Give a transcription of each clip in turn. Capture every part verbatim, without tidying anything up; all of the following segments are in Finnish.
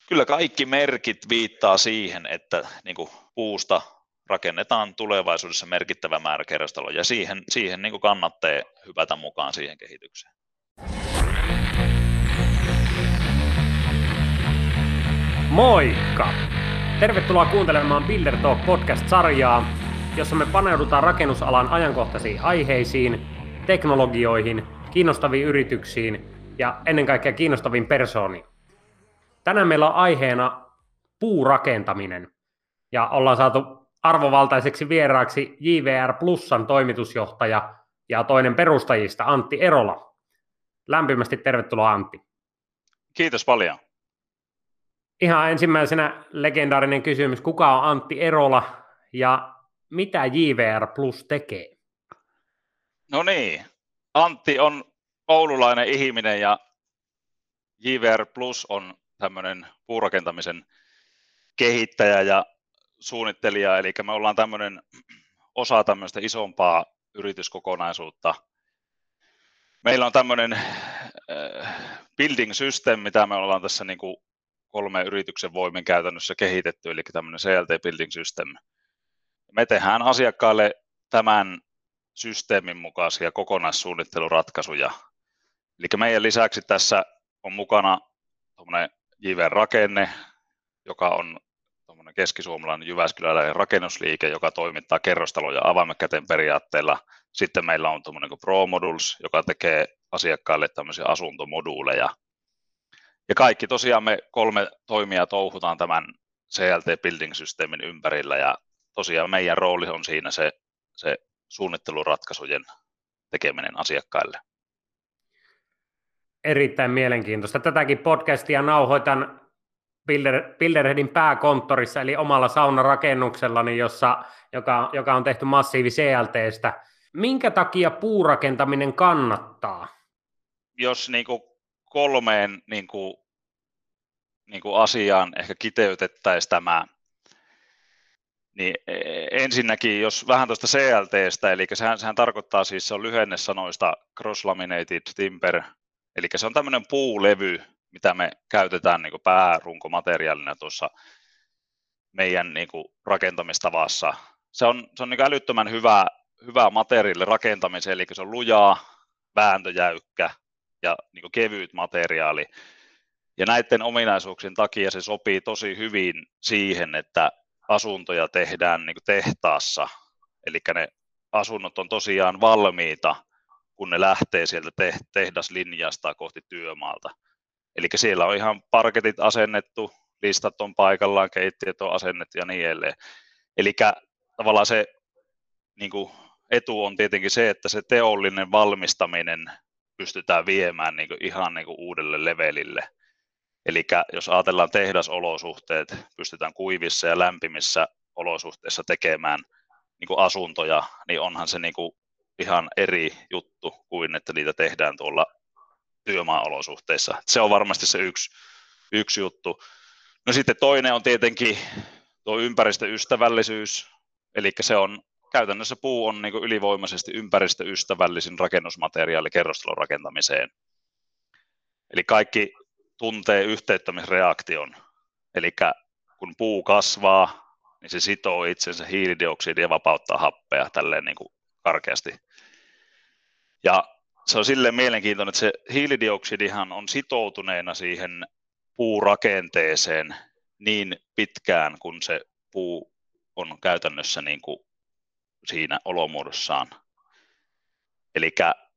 Kyllä kaikki merkit viittaa siihen, että niin kuin puusta rakennetaan tulevaisuudessa merkittävä määrä kerrostaloja, ja siihen, siihen niin kuin kannattaa hypätä mukaan siihen kehitykseen. Moikka! Tervetuloa kuuntelemaan Builder Talk podcast-sarjaa, jossa me paneudutaan rakennusalan ajankohtaisiin aiheisiin, teknologioihin, kiinnostaviin yrityksiin ja ennen kaikkea kiinnostaviin persooniin. Tänään meillä on aiheena puurakentaminen ja ollaan saatu arvovaltaiseksi vieraaksi J V R Plusan toimitusjohtaja ja toinen perustajista Antti Erola. Lämpimästi tervetuloa, Antti. Kiitos paljon. Ihan ensimmäisenä legendaarinen kysymys, kuka on Antti Erola ja mitä J V R Plus tekee? No niin, Antti on oululainen ihminen ja J V R Plus on tämmöinen puurakentamisen kehittäjä ja suunnittelija, eli me ollaan tämmöinen osa tämmöistä isompaa yrityskokonaisuutta. Meillä on tämmöinen äh, building system, mitä me ollaan tässä niin kuin kolme yrityksen voimin käytännössä kehitetty, eli tämmöinen C L T Building System. Me tehdään asiakkaille tämän systeemin mukaisia kokonaissuunnitteluratkaisuja. Eli meidän lisäksi tässä on mukana tuommoinen J V R-rakenne, joka on tuommoinen keskisuomalainen jyväskyläläinen rakennusliike, joka toimittaa kerrostaloja avaimet käteen periaatteella. Sitten meillä on tuommoinen kuin Pro Modules, joka tekee asiakkaille tämmöisiä asuntomoduuleja. Ja kaikki tosiaan me kolme toimijaa touhutaan tämän C L T Building Systeemin ympärillä, ja tosiaan meidän rooli on siinä se, se suunnitteluratkaisujen tekeminen asiakkaille. Erittäin mielenkiintoista. Tätäkin podcastia nauhoitan Builder, Builderheadin pääkonttorissa, eli omalla saunarakennuksellani, jossa, joka, joka on tehty massiivi C L T:stä. Minkä takia puurakentaminen kannattaa? Jos niin kuin kolmeen niin kuin, niin kuin asiaan ehkä kiteytettäisiin tämä, niin ensinnäkin, jos vähän tuosta C L T:stä, eli sehän, sehän tarkoittaa siis, se on lyhenne sanoista Cross Laminated Timber, eli se on tämmöinen puulevy, mitä me käytetään niin kuin päärunkomateriaalina tuossa meidän niin kuin rakentamistavassa. Se on, se on niin kuin älyttömän hyvä, hyvä materiaali rakentamiseen, eli se on lujaa, vääntöjäykkä ja niin kuin kevyt materiaali. Ja näiden ominaisuuksien takia se sopii tosi hyvin siihen, että asuntoja tehdään niin kuin tehtaassa. Eli ne asunnot on tosiaan valmiita, kun ne lähtee sieltä tehdaslinjasta kohti työmaalta. Eli siellä on ihan parketit asennettu, listat on paikallaan, keittiöt on asennettu ja niin edelleen. Eli tavallaan se niin kuin etu on tietenkin se, että se teollinen valmistaminen pystytään viemään niin kuin ihan niin kuin uudelle levelille. Eli jos ajatellaan tehdasolosuhteet, pystytään kuivissa ja lämpimissä olosuhteissa tekemään niin kuin asuntoja, niin onhan se niin kuin ihan eri juttu kuin että niitä tehdään tuolla työmaa-olosuhteissa. Se on varmasti se yksi, yksi juttu. No sitten toinen on tietenkin tuo ympäristöystävällisyys, eli se on käytännössä puu on niin kuin ylivoimaisesti ympäristöystävällisin rakennusmateriaali kerrostalon rakentamiseen. Eli kaikki tuntee yhteyttämisreaktion, eli kun puu kasvaa, niin se sitoo itsensä hiilidioksidia ja vapauttaa happea tälleen niin kuin karkeasti. Ja se on silleen mielenkiintoinen, että se hiilidioksidihan on sitoutuneena siihen puurakenteeseen niin pitkään, kun se puu on käytännössä niin kuin siinä olomuodossaan. Eli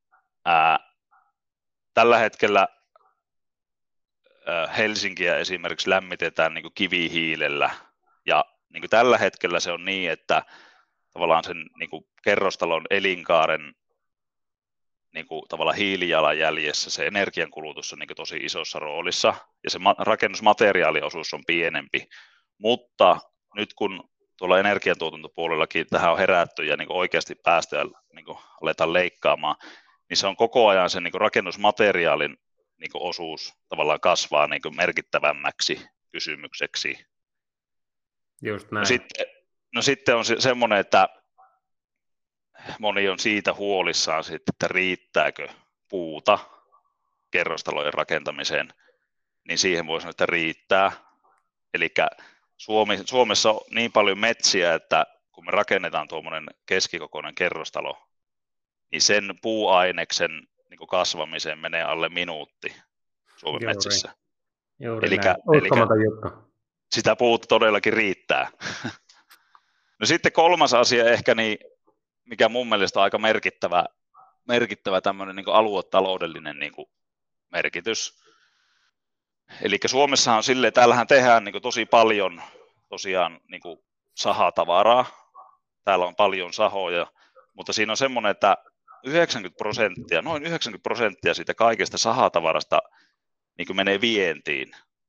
tällä hetkellä ää, Helsinkiä esimerkiksi lämmitetään niin kuin kivihiilellä, ja niin kuin tällä hetkellä se on niin, että tavallaan sen niin kuin kerrostalon elinkaaren niin kuin tavallaan hiilijalanjäljessä se energiankulutus on niin kuin tosi isossa roolissa, ja se ma- rakennusmateriaaliosuus on pienempi, mutta nyt kun tuolla energiantuotantopuolellakin tähän on herätty ja niin kuin oikeasti päästöjä niin kuin aletaan leikkaamaan, niin se on koko ajan sen niin kuin rakennusmateriaalin niin kuin osuus tavallaan kasvaa niin kuin merkittävämmäksi kysymykseksi. Just näin. No sitten, no sitten on se, semmoinen, että moni on siitä huolissaan, sitten, että riittääkö puuta kerrostalojen rakentamiseen, niin siihen voi sanoa, että riittää. Eli Suomi, Suomessa on niin paljon metsiä, että kun me rakennetaan tuommoinen keskikokoinen kerrostalo, niin sen puuaineksen niin kasvamiseen menee alle minuutti Suomen Juuri, metsissä. juuri Elikkä, näin. Uskomaton juttu. Sitä puuta todellakin riittää. No sitten kolmas asia ehkä, niin, mikä mun mielestä on aika merkittävä, merkittävä tämmöinen niin kuin aluetaloudellinen niin kuin merkitys. Eli Suomessahan on silleen, täällähän tehdään niin kuin tosi paljon tosiaan niin kuin sahatavaraa. Täällä on paljon sahoja, mutta siinä on semmoinen, että yhdeksänkymmentä prosenttia, noin yhdeksänkymmentä prosenttia siitä kaikesta sahatavarasta niin kuin menee vientiin.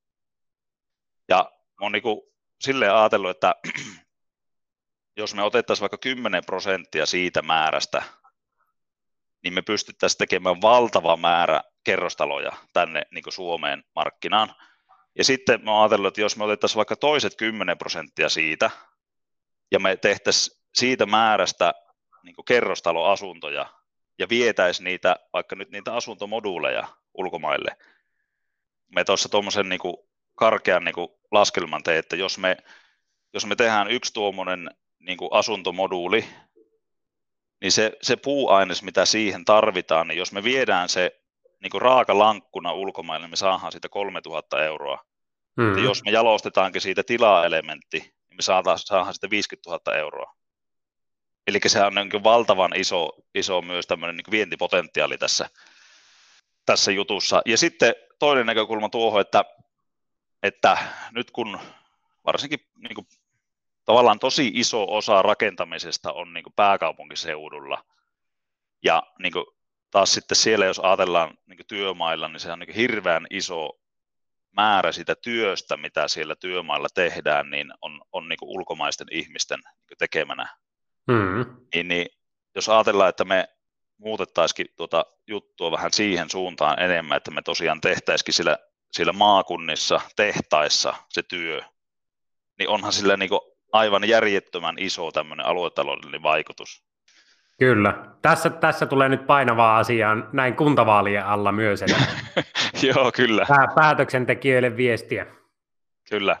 Ja olen niin kuin silleen ajatellut, että jos me otettaisiin vaikka kymmenen prosenttia siitä määrästä, niin me pystyttäisiin tekemään valtava määrä kerrostaloja tänne niin kuin Suomeen markkinaan. Ja sitten mä oon ajatellut, että jos me otettaisiin vaikka toiset kymmenen prosenttia siitä, ja me tehtäisiin siitä määrästä niin kuin kerrostaloasuntoja, ja vietäisiin niitä, vaikka nyt niitä asuntomoduuleja ulkomaille. Me tuossa tuommoisen niin kuin karkean niin kuin laskelman tein, että jos me, jos me tehdään yksi tuommoinen niin kuin asuntomoduuli, niin se, se puuaines, mitä siihen tarvitaan, niin jos me viedään se niin kuin raakalankkuna ulkomaille, niin me saadaan siitä kolmetuhatta euroa. Mm-hmm. Että jos me jalostetaankin siitä tilaelementti, niin me saadaan, saadaan siitä viisikymmentätuhatta euroa. Eli se on niin valtavan iso, iso myös tämmöinen niin vientipotentiaali tässä, tässä jutussa. Ja sitten toinen näkökulma tuohon, että, että nyt kun varsinkin niin kuin, tavallaan tosi iso osa rakentamisesta on niin kuin pääkaupunkiseudulla, ja niin kuin, taas sitten siellä, jos ajatellaan niin kuin työmailla, niin se on niin kuin hirveän iso määrä sitä työstä, mitä siellä työmailla tehdään, niin on, on niin kuin ulkomaisten ihmisten niin kuin tekemänä. Mm. Niin, niin, jos ajatellaan, että me muutettaisiin tuota juttua vähän siihen suuntaan enemmän, että me tosiaan tehtäisikin siellä, siellä maakunnissa, tehtaissa se työ, niin onhan sillä niin kuin aivan järjettömän iso tämmöinen aluetaloudellinen vaikutus. Kyllä. Tässä, tässä tulee nyt painavaa asiaa näin kuntavaalien alla myös. Joo, kyllä. Päätöksentekijöille viestiä. Kyllä.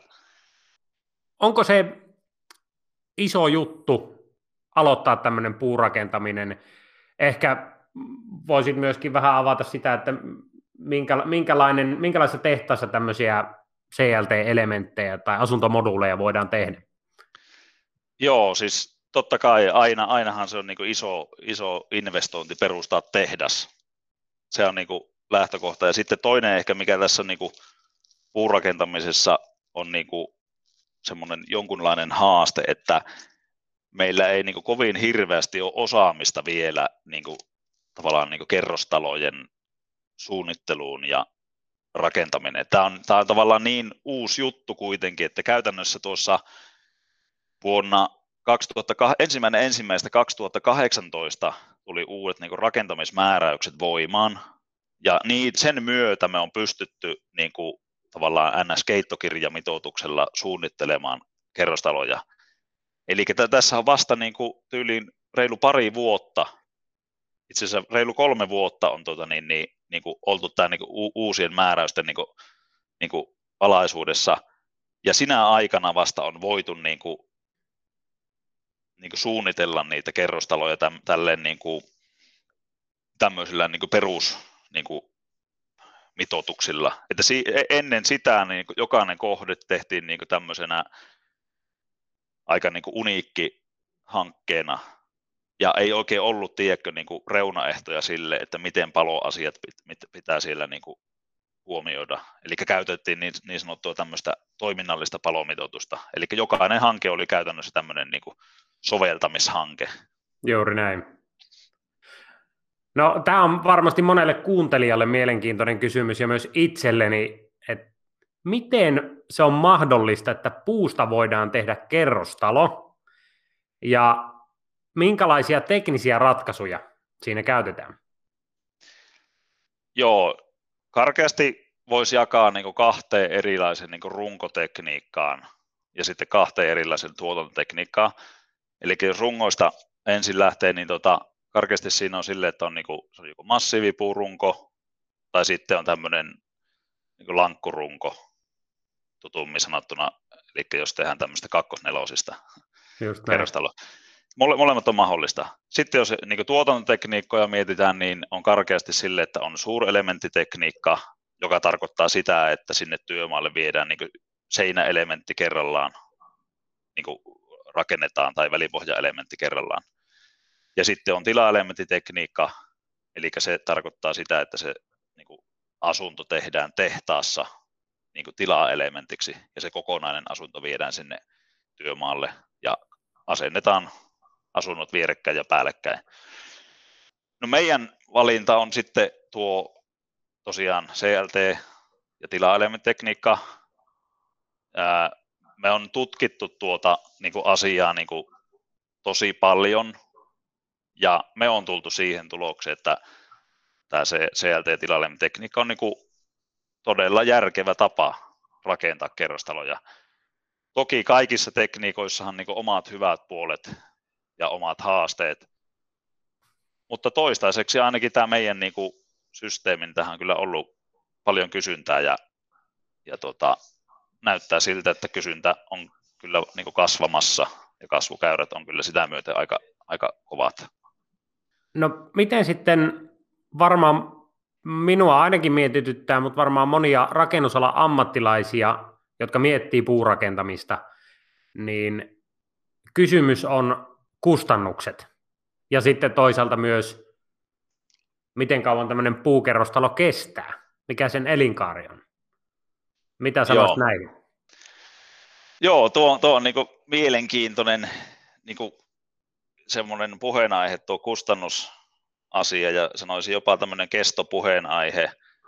Onko se iso juttu aloittaa tämmöinen puurakentaminen? Ehkä voisit myöskin vähän avata sitä, että minkälainen, minkälaisessa tehtaassa tämmöisiä C L T-elementtejä tai asuntomoduuleja voidaan tehdä? Joo, siis totta kai aina, ainahan se on niin kuin iso, iso investointi perustaa tehdas. Se on niin kuin lähtökohta. Ja sitten toinen ehkä, mikä tässä niin kuin puurakentamisessa on niin kuin semmoinen jonkunlainen haaste, että meillä ei niin kuin kovin hirveästi ole osaamista vielä niin kuin, tavallaan niin kuin kerrostalojen suunnitteluun ja rakentaminen. Tämä on, tämä on tavallaan niin uusi juttu kuitenkin, että käytännössä tuossa vuonna kaksituhatta, ensimmäinen ensimmäistä kaksituhattakahdeksantoista tuli uudet niin kuin rakentamismääräykset voimaan, ja niin, sen myötä me on pystytty niin kuin, tavallaan N S-keittokirjamitoituksella suunnittelemaan kerrostaloja. Eli tässä on vasta niin kuin, tyyliin reilu pari vuotta, itse asiassa reilu kolme vuotta on tuota, niin, niin, niin kuin, oltu tämän niin kuin, uusien määräysten niin kuin, niin kuin, alaisuudessa, ja sinä aikana vasta on voitu niin kuin, niin kuin suunnitella niitä kerrostaloja täm, tälleen niin kuin, tämmöisillä niin kuin perus niin kuin, mitoituksilla. Että si, ennen sitä niin kuin, jokainen kohde tehtiin niin kuin, tämmöisenä aika niin kuin, uniikki hankkeena, ja ei oikein ollut, tiedätkö, niin kuin, reunaehtoja sille, että miten paloasiat pitää siellä niin kuin, huomioida. Eli käytettiin niin, niin sanottua tämmöistä toiminnallista palomitoitusta. Eli jokainen hanke oli käytännössä tämmöinen niin kuin soveltamishanke. Juuri näin. No, tämä on varmasti monelle kuuntelijalle mielenkiintoinen kysymys ja myös itselleni, että miten se on mahdollista, että puusta voidaan tehdä kerrostalo ja minkälaisia teknisiä ratkaisuja siinä käytetään? Joo, karkeasti voisi jakaa niin kuin kahteen erilaisen niin kuin runkotekniikkaan ja sitten kahteen erilaisen tuotantotekniikkaan. Eli jos rungoista ensin lähtee, niin tota, karkeasti siinä on silleen, että on, niin kuin, se on joku massiivipuurunko tai sitten on tämmöinen niin kuin lankkurunko tutummin sanottuna, eli jos tehdään tämmöistä kakkosnelosista kerrostaloa. Mole, molemmat on mahdollista. Sitten jos niin tuotantotekniikkoja mietitään, niin on karkeasti sille, että on suurelementtitekniikka, joka tarkoittaa sitä, että sinne työmaalle viedään niin seinäelementti kerrallaan, niin rakennetaan tai välipohjaelementti kerrallaan. Ja sitten on tilaelementtitekniikka, eli se tarkoittaa sitä, että se niin asunto tehdään tehtaassa niin tilaelementiksi ja se kokonainen asunto viedään sinne työmaalle ja asennetaan asunnot vierekkäin ja päällekkäin. No meidän valinta on sitten tuo tosiaan C L T ja tilaelementtitekniikka. Ää, me on tutkittu tuota niin kuin asiaa niin kuin tosi paljon ja me on tultu siihen tulokseen, että tämä C L T-tilaelementtitekniikka on niin kuin todella järkevä tapa rakentaa kerrostaloja. Toki kaikissa tekniikoissahan niin kuin omat hyvät puolet ja omat haasteet, mutta toistaiseksi ainakin tämä meidän niin kuin systeemin tähän on kyllä ollut paljon kysyntää ja, ja tota, näyttää siltä, että kysyntä on kyllä niin kuin kasvamassa ja kasvukäyrät on kyllä sitä myöten aika, aika kovat. No miten sitten varmaan minua ainakin mietityttää, mutta varmaan monia rakennusalan ammattilaisia, jotka miettii puurakentamista, niin kysymys on kustannukset. Ja sitten toisaalta myös, miten kauan tämmöinen puukerrostalo kestää, mikä sen elinkaari on. Mitä sanoisit näin? Joo, tuo, tuo on niin kuin mielenkiintoinen niin kuin semmoinen puheenaihe, tuo kustannusasia, ja sanoisin jopa tämmöinen kestopuheenaihe.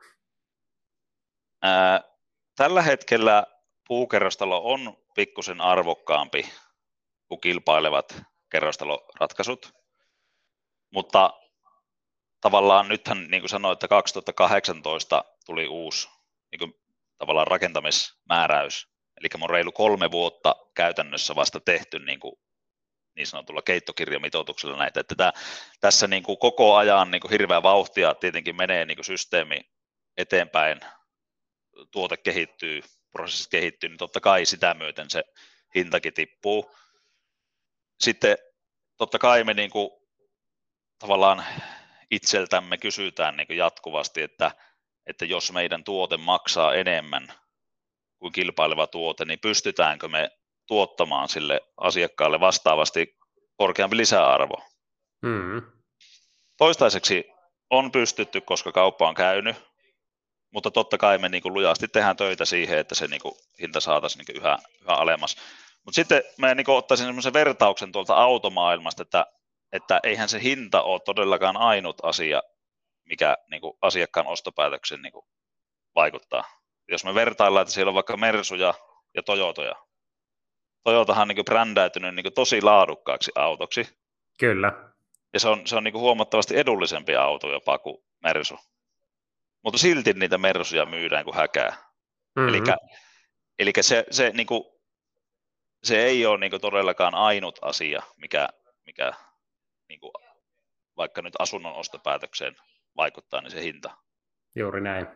Ää, tällä hetkellä puukerrostalo on pikkusen arvokkaampi kuin kilpailevat kerrostaloratkaisut, mutta tavallaan nythän, niin kuin sanoin, että kaksituhattakahdeksantoista tuli uusi niin kuin, tavallaan rakentamismääräys, eli me on reilu kolme vuotta käytännössä vasta tehty niin, kuin, niin sanotulla keittokirjamitoituksella näitä, että tämä, tässä niin kuin koko ajan niin kuin hirveä vauhtia tietenkin menee niin kuin systeemi eteenpäin, tuote kehittyy, prosessit kehittyy, niin totta kai sitä myöten se hintakin tippuu. Sitten totta kai me niin kuin, tavallaan itseltämme kysytään niin kuin jatkuvasti, että, että jos meidän tuote maksaa enemmän kuin kilpaileva tuote, niin pystytäänkö me tuottamaan sille asiakkaalle vastaavasti korkeampi lisäarvo. Mm. Toistaiseksi on pystytty, koska kauppa on käynyt, mutta totta kai me niin kuin lujasti tehdään töitä siihen, että se niin kuin hinta saataisiin niin kuin yhä, yhä alemmas. Mutta sitten mä niin kuin ottaisin semmoisen vertauksen tuolta automaailmasta, että, että eihän se hinta ole todellakaan ainut asia, mikä niin kuin asiakkaan ostopäätöksen niin kuin vaikuttaa. Jos me vertaillaan, että siellä on vaikka Mersuja ja Toyotoja. Toyotahan on niin kuin brändäytynyt niin kuin tosi laadukkaaksi autoksi. Kyllä. Ja se on, se on niin kuin huomattavasti edullisempi auto jopa kuin Mersu. Mutta silti niitä Mersuja myydään kuin häkää. Mm-hmm. Elikkä, elikkä se, se, niin kuin, se ei ole niin kuin todellakaan ainut asia, mikä, mikä niin kuin, vaikka nyt asunnon ostopäätökseen vaikuttaa, niin se hinta. Juuri näin.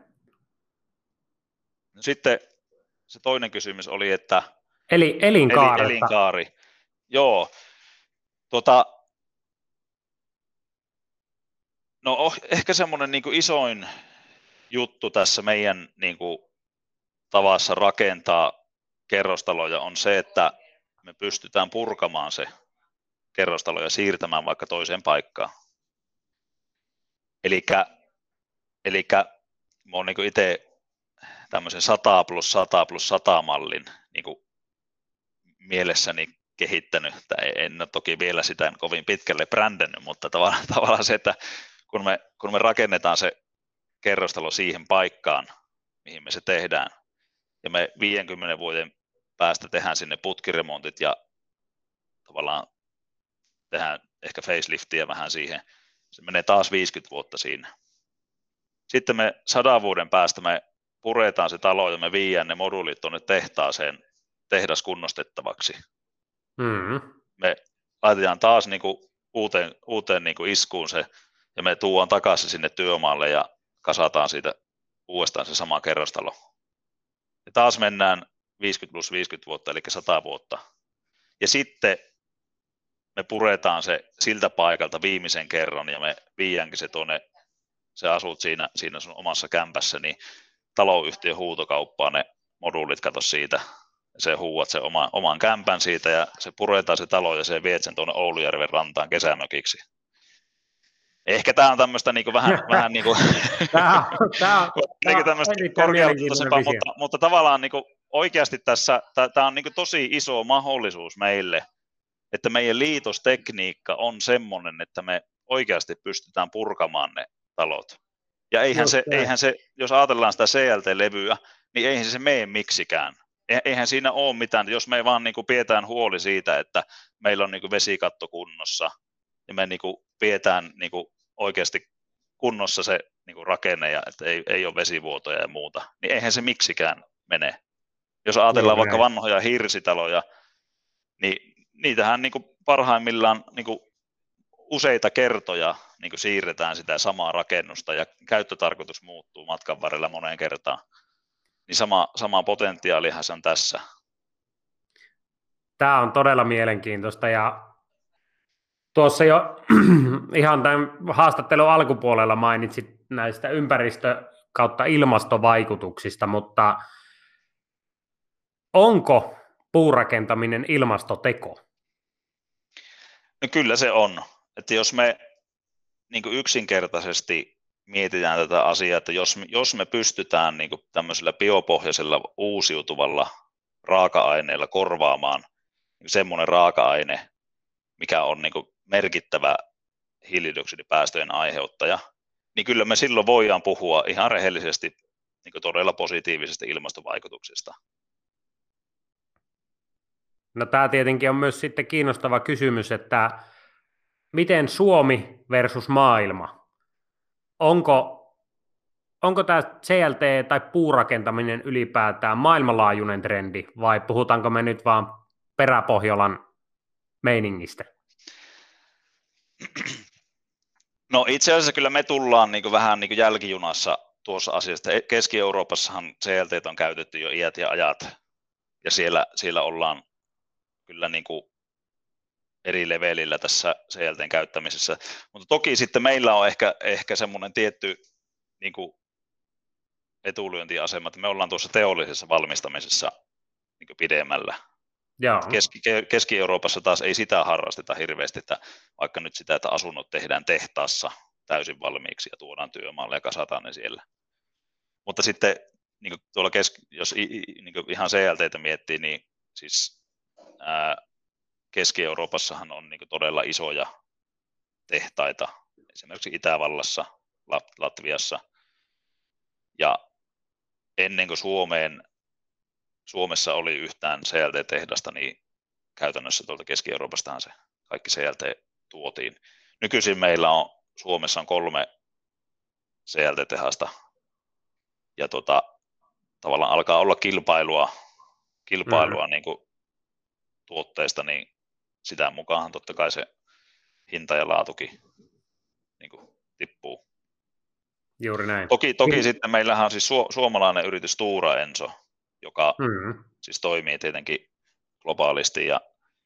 No sitten se toinen kysymys oli, että Eli elinkaaresta. Eli, elinkaari. Joo. Tota, no oh, ehkä semmoinen niin kuin isoin juttu tässä meidän niin kuin, tavassa rakentaa kerrostaloja on se, että me pystytään purkamaan se kerrostalo ja siirtämään vaikka toiseen paikkaan. Elikkä, elikkä mä oon niin itse tämmöisen sata plus sata plus sata mallin niin kuin mielessäni kehittänyt, tai en ole toki vielä sitä kovin pitkälle brändännyt, mutta tavallaan, tavallaan se, että kun me, kun me rakennetaan se kerrostalo siihen paikkaan, mihin me se tehdään, ja me viidenkymmenen vuoden päästä tehdään sinne putkiremontit ja tavallaan tehdään ehkä faceliftiä vähän siihen, se menee taas viisikymmentä vuotta siinä. Sitten me sadan vuoden päästä me puretaan se talo ja me viedään ne moduulit tuonne tehtaaseen tehdaskunnostettavaksi. Mm-hmm. Me laitetaan taas niinku uuteen, uuteen niinku iskuun se ja me tuodaan takaisin sinne työmaalle ja kasataan siitä uudestaan se sama kerrostalo. Ja taas mennään viisikymmentä plus viisikymmentä vuotta, eli sata vuotta. Ja sitten me puretaan se siltä paikalta viimeisen kerran, ja me viiänkin se tuonne, se asut siinä, siinä sun omassa kämpässä, niin taloyhtiön huutokauppaa ne moduulit, kato siitä, se huuat sen oma, oman kämpän siitä, ja se puretaan se talo, ja se viet sen tuonne Oulujärven rantaan kesämökiksi. Ehkä tämä on tämmöistä niin vähän, vähän niin kuin, tämä on, tämä on, tämä on tämmöistä korkealaatuisempaa, mutta, mutta tavallaan niin kuin oikeasti tässä, tämä on niin kuin tosi iso mahdollisuus meille, että meidän liitostekniikka on semmoinen, että me oikeasti pystytään purkamaan ne talot. Ja eihän se, eihän se, jos ajatellaan sitä C L T-levyä, niin eihän se mene miksikään. Eihän siinä ole mitään, jos me vaan niin kuin pidetään huoli siitä, että meillä on niin kuin vesikatto kunnossa, ja me niin kuin pidetään niin kuin oikeasti kunnossa se niin kuin rakenne, ja että ei, ei ole vesivuotoja ja muuta, niin eihän se miksikään mene. Jos ajatellaan no, vaikka näin. vanhoja hirsitaloja, niin niitähän niin kuin parhaimmillaan niin kuin useita kertoja niin kuin siirretään sitä samaa rakennusta, ja käyttötarkoitus muuttuu matkan varrella moneen kertaan. Niin sama, sama potentiaalihan se on tässä. Tämä on todella mielenkiintoista, ja tuossa jo ihan tämän haastattelun alkupuolella mainitsit näistä ympäristö- kautta ilmastovaikutuksista, mutta onko puurakentaminen ilmastoteko? No kyllä se on. Että jos me niin kuin yksinkertaisesti mietitään tätä asiaa, että jos, jos me pystytään niin kuin tämmöisellä biopohjaisella uusiutuvalla raaka-aineella korvaamaan niin semmoinen raaka-aine, mikä on niin kuin merkittävä hiilidioksidipäästöjen aiheuttaja, niin kyllä me silloin voidaan puhua ihan rehellisesti niin kuin todella positiivisesta ilmastovaikutuksista. No tämä tietenkin on myös sitten kiinnostava kysymys, että miten Suomi versus maailma? Onko, onko tämä C L T tai puurakentaminen ylipäätään maailmanlaajuinen trendi, vai puhutaanko me nyt vaan peräpohjolan meiningistä? No itse asiassa kyllä me tullaan niin kuin vähän niin kuin jälkijunassa tuossa asiasta. Keski-Euroopassahan C L T on käytetty jo iät ja ajat, ja siellä, siellä ollaan kyllä niin kuin eri levelillä tässä C L T:n käyttämisessä. Mutta toki sitten meillä on ehkä, ehkä semmoinen tietty niin kuin etulyöntiasema, että me ollaan tuossa teollisessa valmistamisessa niin kuin pidemmällä. Keski, Keski-Euroopassa taas ei sitä harrasteta hirveästi, että vaikka nyt sitä, että asunnot tehdään tehtaassa täysin valmiiksi ja tuodaan työmaalle ja kasataan ne siellä. Mutta sitten niin kuin tuolla keski, jos niin kuin ihan C L T:tä miettii, niin siis ää, Keski-Euroopassahan on niin kuin todella isoja tehtaita, esimerkiksi Itävallassa, Latviassa, ja ennen kuin Suomeen, Suomessa oli yhtään C L T-tehdasta, niin käytännössä tuolta Keski-Euroopastahan se kaikki C L T tuotiin. Nykyisin meillä on Suomessa on kolme C L T-tehasta, ja tota, tavallaan alkaa olla kilpailua, kilpailua mm. niin kuin tuotteista, niin sitä mukaan totta kai se hinta ja laatukin niin kuin tippuu. Juuri näin. Toki, toki niin. Sitten meillähän on siis su- suomalainen yritys Stora Enso, joka mm. siis toimii tietenkin globaalisti, ja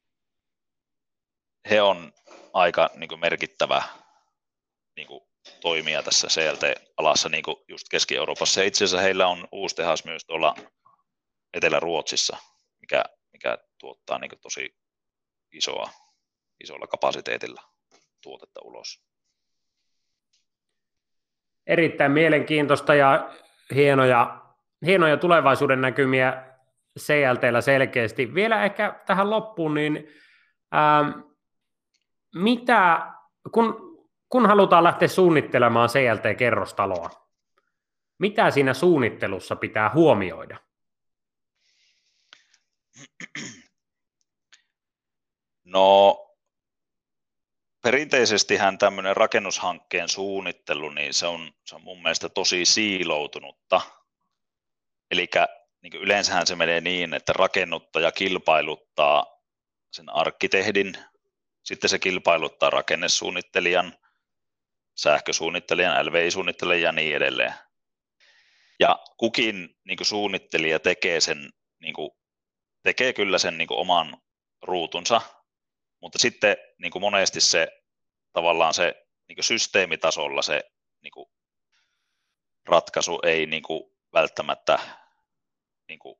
he on aika niin kuin merkittävä niin kuin toimija tässä C L T-alassa niin kuin just Keski-Euroopassa. Ja itse asiassa heillä on uusi tehas myös tuolla Etelä-Ruotsissa, mikä, mikä tuottaa niin kuin tosi isoa, isolla kapasiteetilla tuotetta ulos. Erittäin mielenkiintoista ja hienoja, hienoja tulevaisuuden näkymiä C L T:llä selkeästi. Vielä ehkä tähän loppuun, niin ää, mitä, kun, kun halutaan lähteä suunnittelemaan C L T-kerrostaloa, mitä siinä suunnittelussa pitää huomioida? No perinteisestihän tämmöinen rakennushankkeen suunnittelu, niin se on, se on mun mielestä tosi siiloutunutta. Eli niin yleensähän se menee niin, että rakennuttaja kilpailuttaa sen arkkitehdin, sitten se kilpailuttaa rakennesuunnittelijan, sähkösuunnittelijan, L V I-suunnittelijan ja niin edelleen. Ja kukin niin kuin suunnittelija tekee sen niin kuin tekee kyllä sen niin kuin oman ruutunsa, mutta sitten niin kuin monesti se tavallaan se niin kuin systeemitasolla se niin kuin ratkaisu ei niin kuin välttämättä niin kuin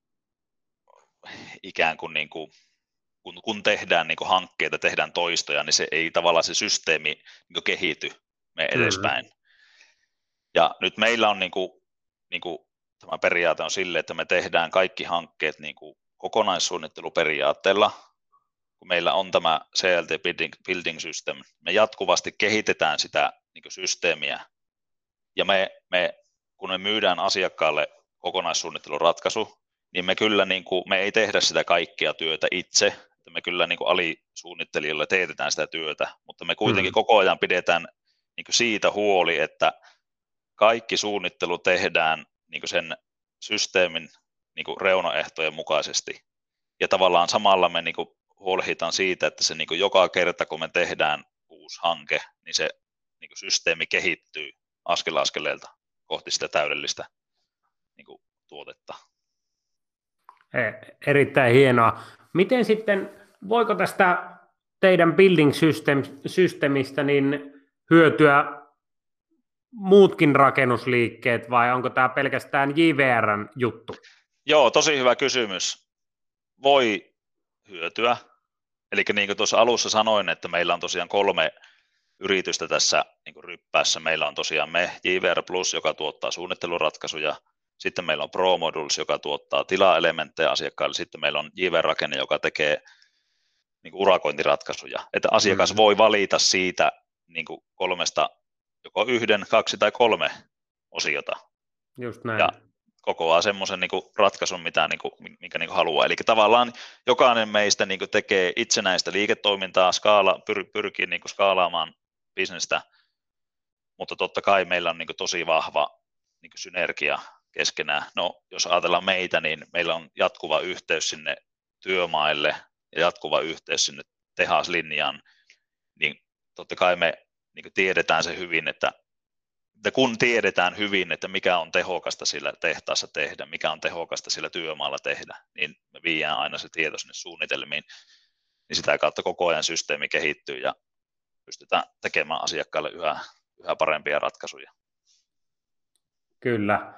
ikään kuin, niin kuin kun, kun tehdään niin kuin hankkeita, tehdään toistoja, niin se ei tavallaan se systeemi niin kuin kehity me edespäin. Mm-hmm. Ja nyt meillä on niin kuin, niin kuin, tämä periaate on sille, että me tehdään kaikki hankkeet niin kuin kokonaissuunnitteluperiaatteella, kun meillä on tämä C L T Building, building System, me jatkuvasti kehitetään sitä niin kuin systeemiä, ja me, me, kun me myydään asiakkaalle kokonaissuunnitteluratkaisu, niin me kyllä niin kuin, me ei tehdä sitä kaikkia työtä itse, että me kyllä niin kuin alisuunnittelijoille teetetään sitä työtä, mutta me kuitenkin mm. koko ajan pidetään niin kuin siitä huoli, että kaikki suunnittelu tehdään niin kuin sen systeemin niin kuin reunaehtojen mukaisesti. Ja tavallaan samalla me niin kuin huolehditaan siitä, että se niin kuin joka kerta, kun me tehdään uusi hanke, niin se niin kuin systeemi kehittyy askel askeleelta kohti sitä täydellistä niin kuin tuotetta. Erittäin hienoa. Miten sitten, voiko tästä teidän building system, systemistä niin hyötyä muutkin rakennusliikkeet vai onko tämä pelkästään J V R:n juttu? Joo, tosi hyvä kysymys. Voi hyötyä. Eli niin kuin tuossa alussa sanoin, että meillä on tosiaan kolme yritystä tässä niin kuin ryppäässä. Meillä on tosiaan me J V R Plus, joka tuottaa suunnitteluratkaisuja. Sitten meillä on Pro Modules, joka tuottaa tilaelementtejä asiakkaille. Sitten meillä on J V R-rakenne, joka tekee niin kuin urakointiratkaisuja. Että asiakas mm-hmm. voi valita siitä niin kuin kolmesta joko yhden, kaksi tai kolme osiota. Just näin. Ja kokoaa semmoisen niin kuin ratkaisun, mitä, niin kuin, minkä niin kuin haluaa. Eli tavallaan jokainen meistä niin kuin tekee itsenäistä liiketoimintaa, skaala, pyr, pyrkii niin kuin skaalaamaan bisnestä, mutta totta kai meillä on niin kuin tosi vahva niin kuin synergia keskenään. No, jos ajatellaan meitä, niin meillä on jatkuva yhteys sinne työmaille ja jatkuva yhteys sinne tehaslinjaan, niin totta kai me niin kuin tiedetään se hyvin, että että kun tiedetään hyvin, että mikä on tehokasta sillä tehtaassa tehdä, mikä on tehokasta sillä työmaalla tehdä, niin me viedään aina se tieto sinne suunnitelmiin, niin sitä kautta koko ajan systeemi kehittyy ja pystytään tekemään asiakkaalle yhä, yhä parempia ratkaisuja. Kyllä.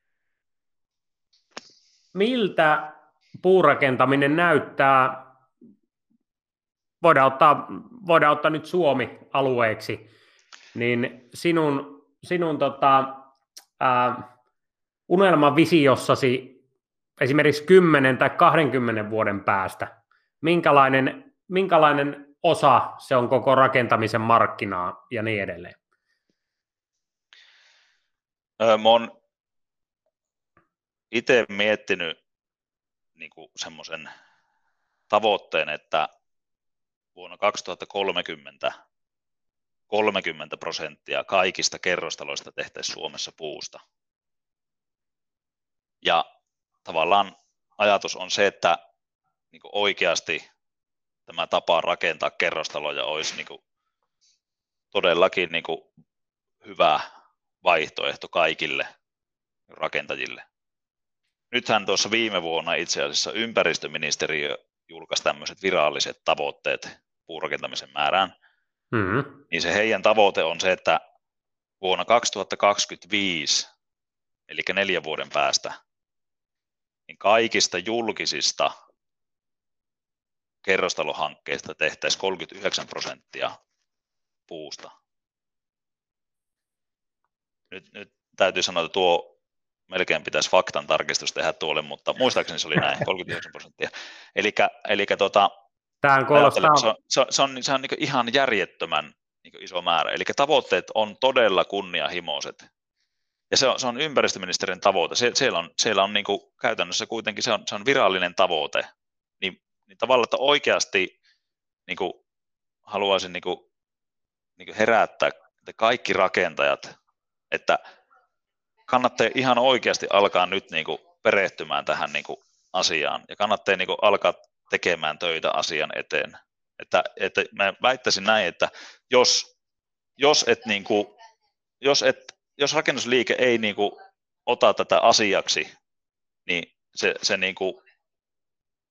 Miltä puurakentaminen näyttää? Voidaan ottaa, voidaan ottaa nyt Suomi alueeksi, niin sinun sinun tota, ää, unelmavisiossasi esimerkiksi kymmenen tai kahdenkymmenen vuoden päästä, minkälainen, minkälainen osa se on koko rakentamisen markkinaa ja niin edelleen? Öö, mä oon itse miettinyt niin kuin semmoisen tavoitteen, että vuonna kaksituhattakolmekymmentä kolmekymmentä prosenttia kaikista kerrostaloista tehtäisiin Suomessa puusta. Ja tavallaan ajatus on se, että niin kuin oikeasti tämä tapa rakentaa kerrostaloja olisi niin kuin todellakin niin kuin hyvä vaihtoehto kaikille rakentajille. Nythän tuossa viime vuonna itse asiassa ympäristöministeriö julkaisi tämmöiset viralliset tavoitteet puurakentamisen määrään. Mm-hmm. Niin se heidän tavoite on se, että vuonna kaksituhattakaksikymmentäviisi, eli neljän vuoden päästä, niin kaikista julkisista kerrostalohankkeista tehtäisiin kolmekymmentäyhdeksän prosenttia puusta. Nyt, nyt täytyy sanoa, että tuo melkein pitäisi faktan tarkistus tehdä tuolle, mutta muistaakseni se oli näin, kolmekymmentäyhdeksän prosenttia. Elikkä, elikkä tota, Tähän kuulostaa... Se on, se on, se on, se on niin ihan järjettömän niin iso määrä. Eli tavoitteet on todella kunnianhimoiset. Ja se on, se on ympäristöministeriön tavoite. Sie, siellä on, siellä on niin kuin, käytännössä kuitenkin se on, se on virallinen tavoite. Niin, niin tavallaan, että oikeasti niin kuin, haluaisin niin kuin, niin kuin herättää kaikki rakentajat, että kannattaa ihan oikeasti alkaa nyt niin kuin, perehtymään tähän niin kuin, asiaan. Ja kannattaa niin kuin, alkaa tekemään töitä asian eteen. Että, että mä väittäisin näin, että jos, jos, et niin kuin, jos, et, jos rakennusliike ei niin kuin ota tätä asiaksi, niin se, se niin kuin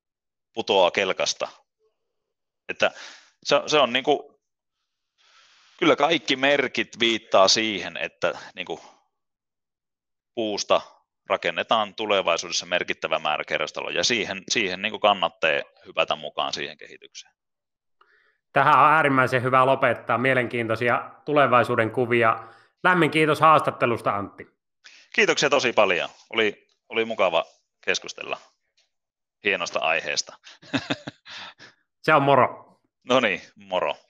putoaa kelkasta. Että se, se on niin kuin, kyllä kaikki merkit viittaa siihen, että niin kuin puusta rakennetaan tulevaisuudessa merkittävä määrä kerrostaloja, ja siihen, siihen niin kuin kannattaa hypätä mukaan siihen kehitykseen. Tähän on äärimmäisen hyvä lopettaa, mielenkiintoisia tulevaisuuden kuvia. Lämmin kiitos haastattelusta, Antti. Kiitoksia tosi paljon, oli, oli mukava keskustella hienosta aiheesta. Se on moro. No niin, moro.